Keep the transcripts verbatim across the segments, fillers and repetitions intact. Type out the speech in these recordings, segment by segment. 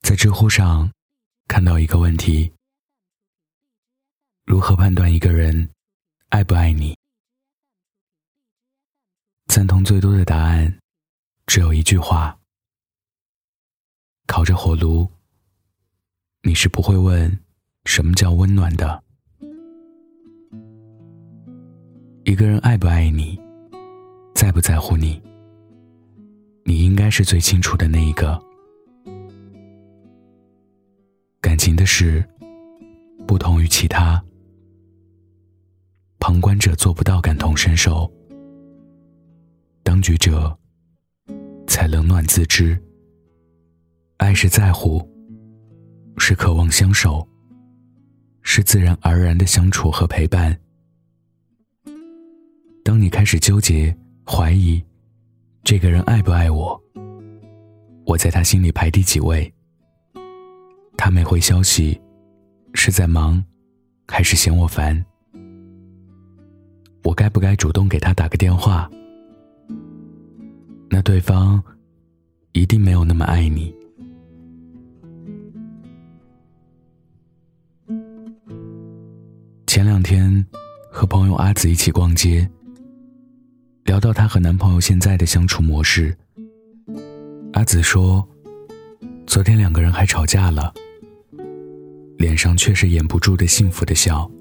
在知乎上看到一个问题：如何判断一个人爱不爱你？赞同最多的答案只有一句话：烤着火炉，你是不会问什么叫温暖的。一个人爱不爱你，在不在乎你，你应该是最清楚的那一个。感情的事不同于其他，旁观者做不到感同身受，当局者才冷暖自知。爱是在乎，是渴望相守，是自然而然的相处和陪伴。当你开始纠结怀疑这个人爱不爱我，我在他心里排第几位，他没回消息是在忙还是嫌我烦，我该不该主动给他打个电话，那对方一定没有那么爱你。前两天和朋友阿紫一起逛街，聊到她和男朋友现在的相处模式，阿紫说昨天两个人还吵架了，脸上却是掩不住的幸福的笑。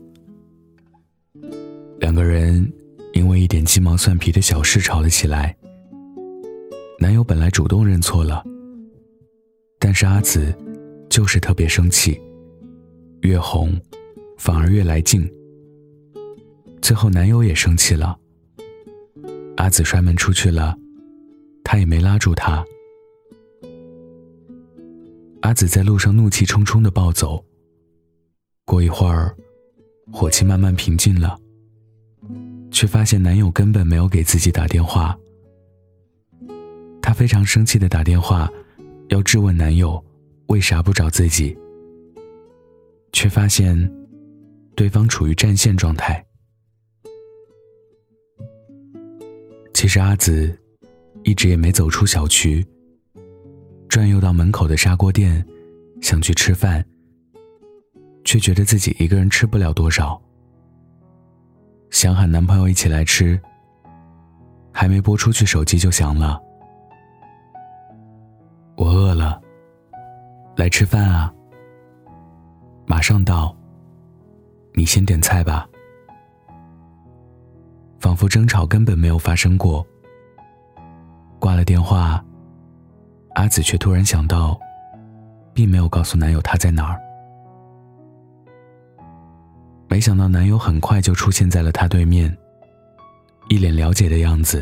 两个人因为一点鸡毛蒜皮的小事吵了起来，男友本来主动认错了，但是阿紫就是特别生气，越红反而越来劲。最后男友也生气了，阿紫摔门出去了，他也没拉住她。阿紫在路上怒气冲冲地暴走，过一会儿火气慢慢平静了，却发现男友根本没有给自己打电话。她非常生气地打电话要质问男友为啥不找自己，却发现对方处于占线状态。其实阿紫一直也没走出小区，转悠到门口的砂锅店想去吃饭，却觉得自己一个人吃不了多少，想喊男朋友一起来吃，还没拨出去手机就响了。我饿了，来吃饭啊，马上到，你先点菜吧。仿佛争吵根本没有发生过。挂了电话，阿紫却突然想到并没有告诉男友他在哪儿。没想到男友很快就出现在了她对面，一脸了解的样子。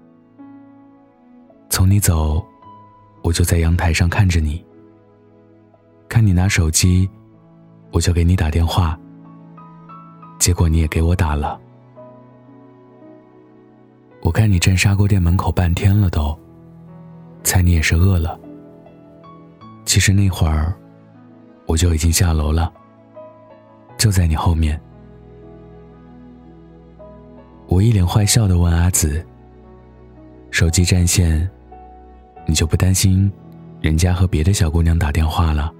从你走，我就在阳台上看着你，看你拿手机，我就给你打电话，结果你也给我打了。我看你站砂锅店门口半天了都，猜你也是饿了。其实那会儿我就已经下楼了，就在你后面。我一脸坏笑地问阿紫，手机占线，你就不担心人家和别的小姑娘打电话了？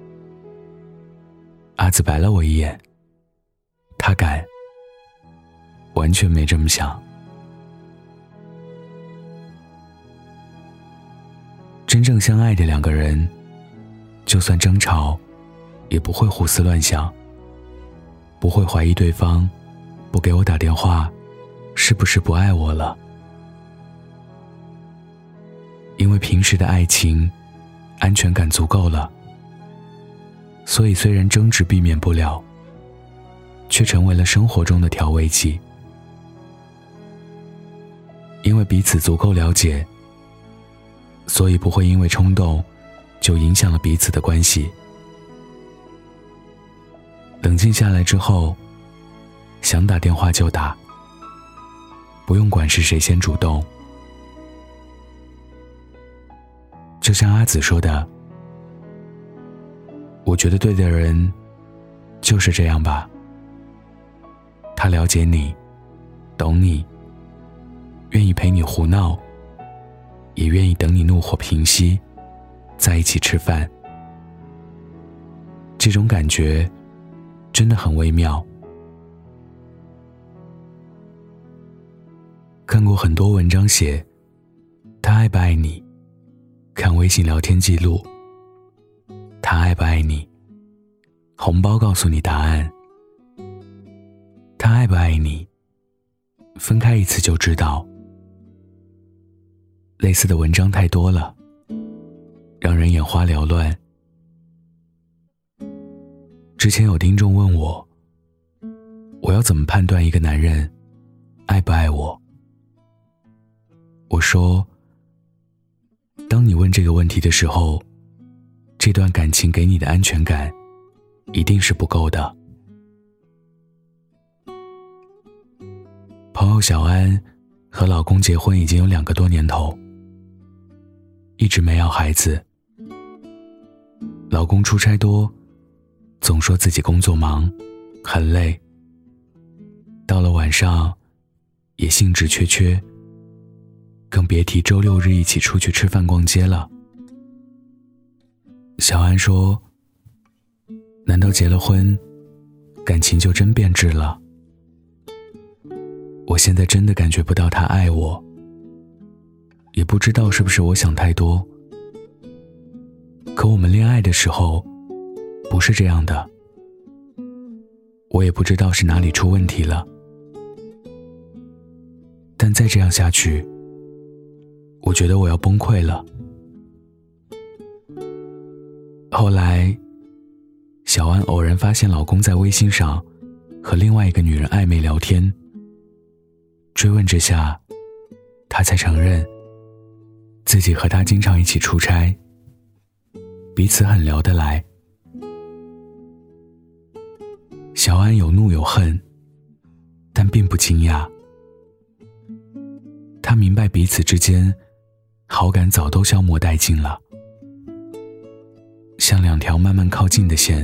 阿紫白了我一眼，她敢？完全没这么想。真正相爱的两个人，就算争吵也不会胡思乱想，不会怀疑对方不给我打电话是不是不爱我了。因为平时的爱情安全感足够了，所以虽然争执避免不了，却成为了生活中的调味剂。因为彼此足够了解，所以不会因为冲动就影响了彼此的关系。冷静下来之后，想打电话就打，不用管是谁先主动。就像阿紫说的，我觉得对的人就是这样吧，他了解你，懂你，愿意陪你胡闹，也愿意等你怒火平息，在一起吃饭。 这种感觉真的很微妙。看过很多文章写他爱不爱你，看微信聊天记录，他爱不爱你，红包告诉你答案。他爱不爱你，分开一次就知道。类似的文章太多了，让人眼花缭乱。之前有听众问我，我要怎么判断一个男人爱不爱我？我说，当你问这个问题的时候，这段感情给你的安全感一定是不够的。朋友小安和老公结婚已经有两个多年头，一直没要孩子。老公出差多，总说自己工作忙，很累，到了晚上也兴致缺缺，更别提周六日一起出去吃饭逛街了。小安说，难道结了婚感情就真变质了？我现在真的感觉不到他爱我，也不知道是不是我想太多，可我们恋爱的时候不是这样的，我也不知道是哪里出问题了。但再这样下去，我觉得我要崩溃了。后来小安偶然发现老公在微信上和另外一个女人暧昧聊天，追问之下，他才承认自己和他经常一起出差，彼此很聊得来。小安有怒有恨，但并不惊讶。他明白彼此之间好感早都消磨殆尽了，像两条慢慢靠近的线，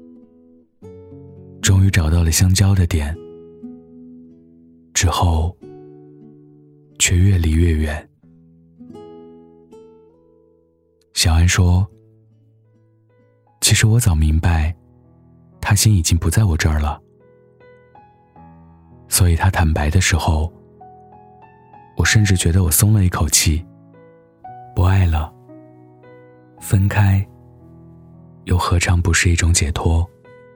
终于找到了相交的点，之后却越离越远。小安说，其实我早明白他心已经不在我这儿了，所以他坦白的时候，我甚至觉得我松了一口气，不爱了，分开又何尝不是一种解脱？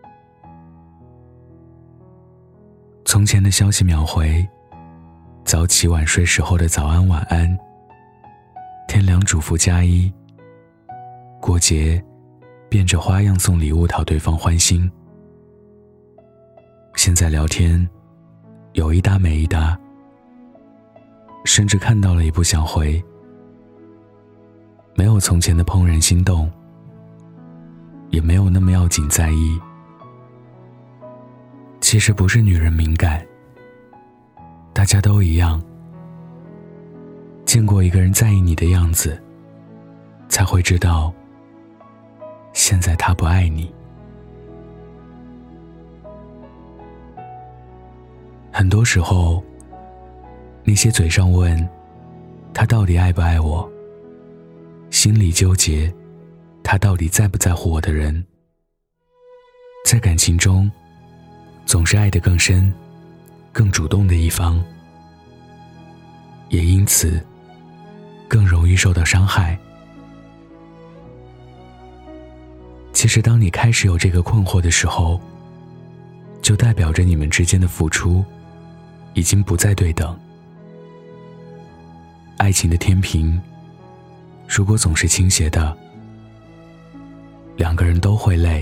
从前的消息秒回，早起晚睡时候的早安晚安，天凉嘱咐加衣，过节变着花样送礼物讨对方欢心。现在聊天有一搭没一搭，甚至看到了也不想回，没有从前的怦然心动，也没有那么要紧在意。其实不是女人敏感，大家都一样，见过一个人在意你的样子，才会知道现在他不爱你。很多时候，那些嘴上问他到底爱不爱我，心里纠结他到底在不在乎我的人，在感情中总是爱得更深更主动的一方，也因此更容易受到伤害。其实当你开始有这个困惑的时候，就代表着你们之间的付出已经不再对等。爱情的天平如果总是倾斜的，两个人都会累。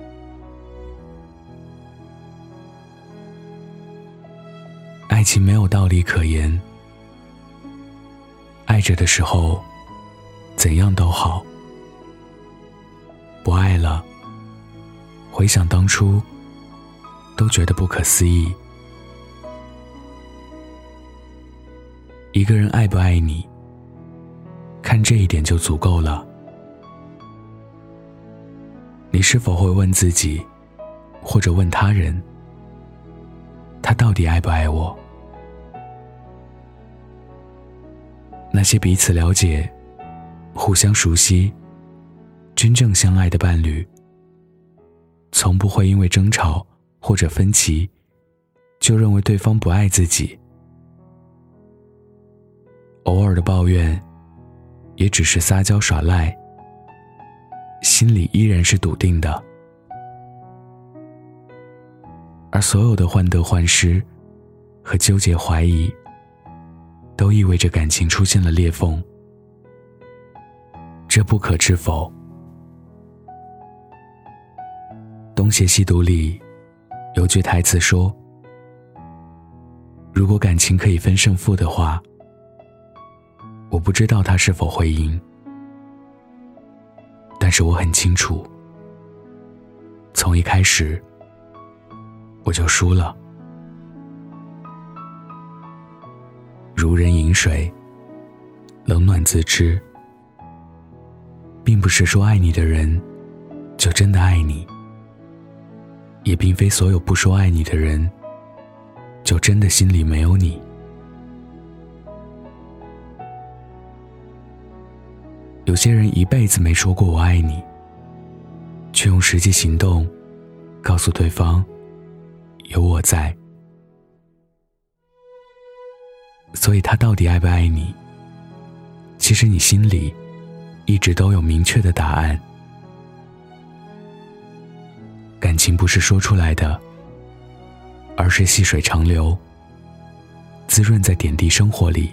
爱情没有道理可言，爱着的时候怎样都好，不爱了，回想当初都觉得不可思议。一个人爱不爱你，看这一点就足够了。你是否会问自己，或者问他人，他到底爱不爱我？那些彼此了解、互相熟悉、真正相爱的伴侣， 从不会因为争吵或者分歧就认为对方不爱自己，偶尔的抱怨也只是撒娇耍赖，心里依然是笃定的。而所有的患得患失和纠结怀疑，都意味着感情出现了裂缝，这不可知否？东邪西毒里有句台词说，如果感情可以分胜负的话，我不知道他是否会赢，但是我很清楚，从一开始我就输了。如人饮水，冷暖自知，并不是说爱你的人就真的爱你，也并非所有不说爱你的人就真的心里没有你。有些人一辈子没说过我爱你，却用实际行动告诉对方有我在，所以他到底爱不爱你，其实你心里一直都有明确的答案。感情不是说出来的，而是细水长流，滋润在点滴生活里。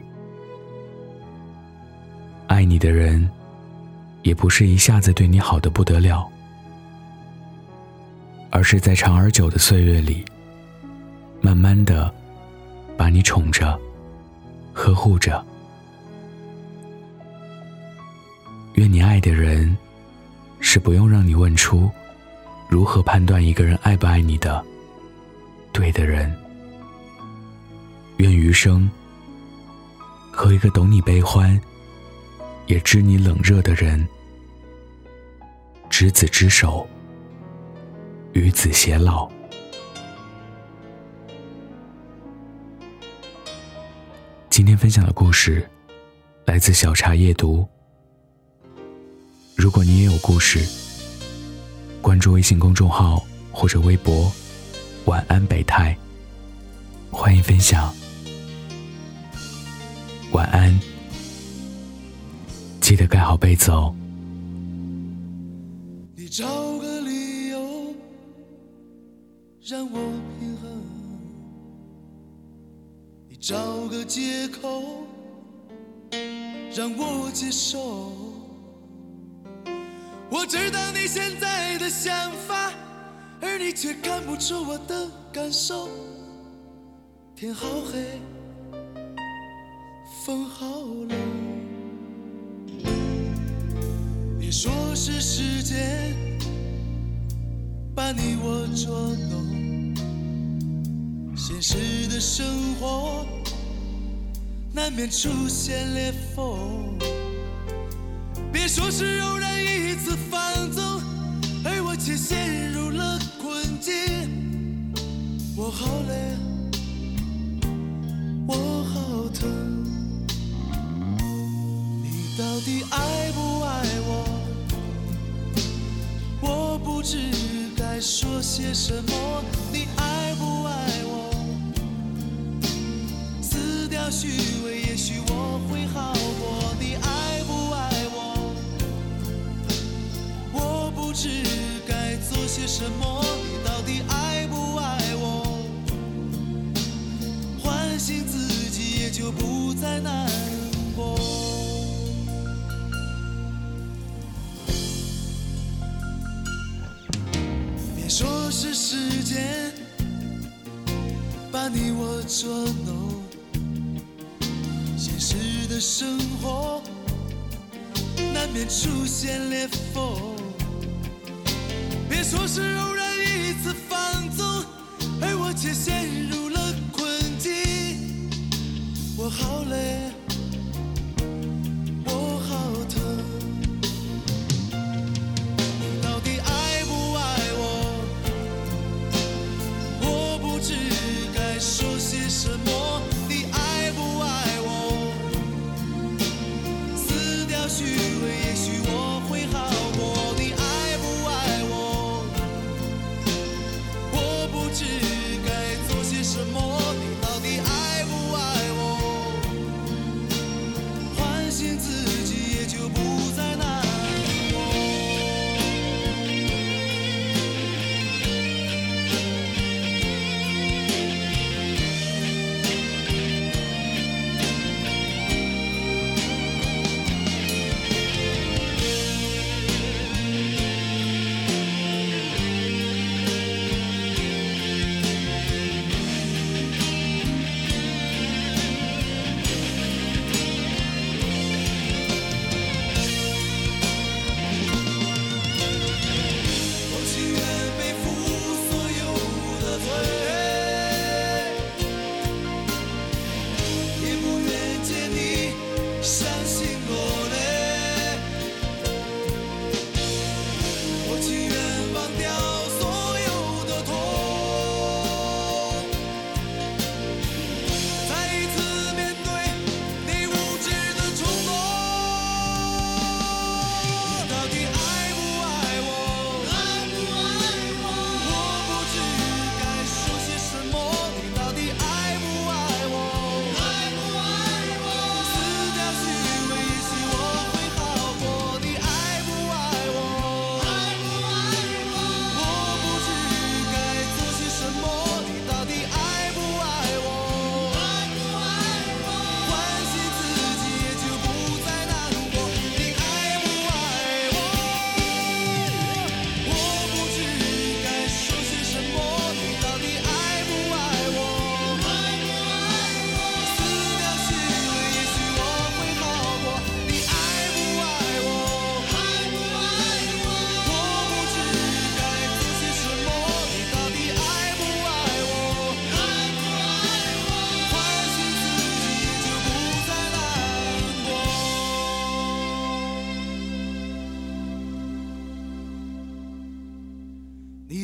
爱你的人也不是一下子对你好得不得了，而是在长而久的岁月里，慢慢的把你宠着呵护着。愿你爱的人是不用让你问出如何判断一个人爱不爱你的对的人。愿余生和一个懂你悲欢也知你冷热的人执子之手，与子偕老。今天分享的故事来自小茶夜读。如果你也有故事，关注微信公众号或者微博晚安北泰，欢迎分享。晚安，记得盖好被子哦。 你找个理由让我平衡，你找个借口让我接受。我知道你现在的想法，而你却看不出我的感受。天好黑，风好冷，别说是时间把你我捉弄，现实的生活难免出现裂缝。别说是偶然一次放纵，而我却陷入了困境。我好累，我好疼，你到底爱不爱我？我不知该说些什么。你爱不爱我？撕掉虚伪，也许我会好过。你爱不爱我？我不知该做些什么。你到底爱不爱我？唤醒自己，也就不再难过。别说是时间把你我捉弄，现实的生活难免出现裂缝。别说是偶然一次放纵，而我却陷入了困境。我好累，我好疼，你到底爱不爱我？我不知该说些什么。你爱不爱我？撕掉虚伪，也许我会好过。你爱不爱我？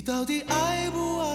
到底爱不爱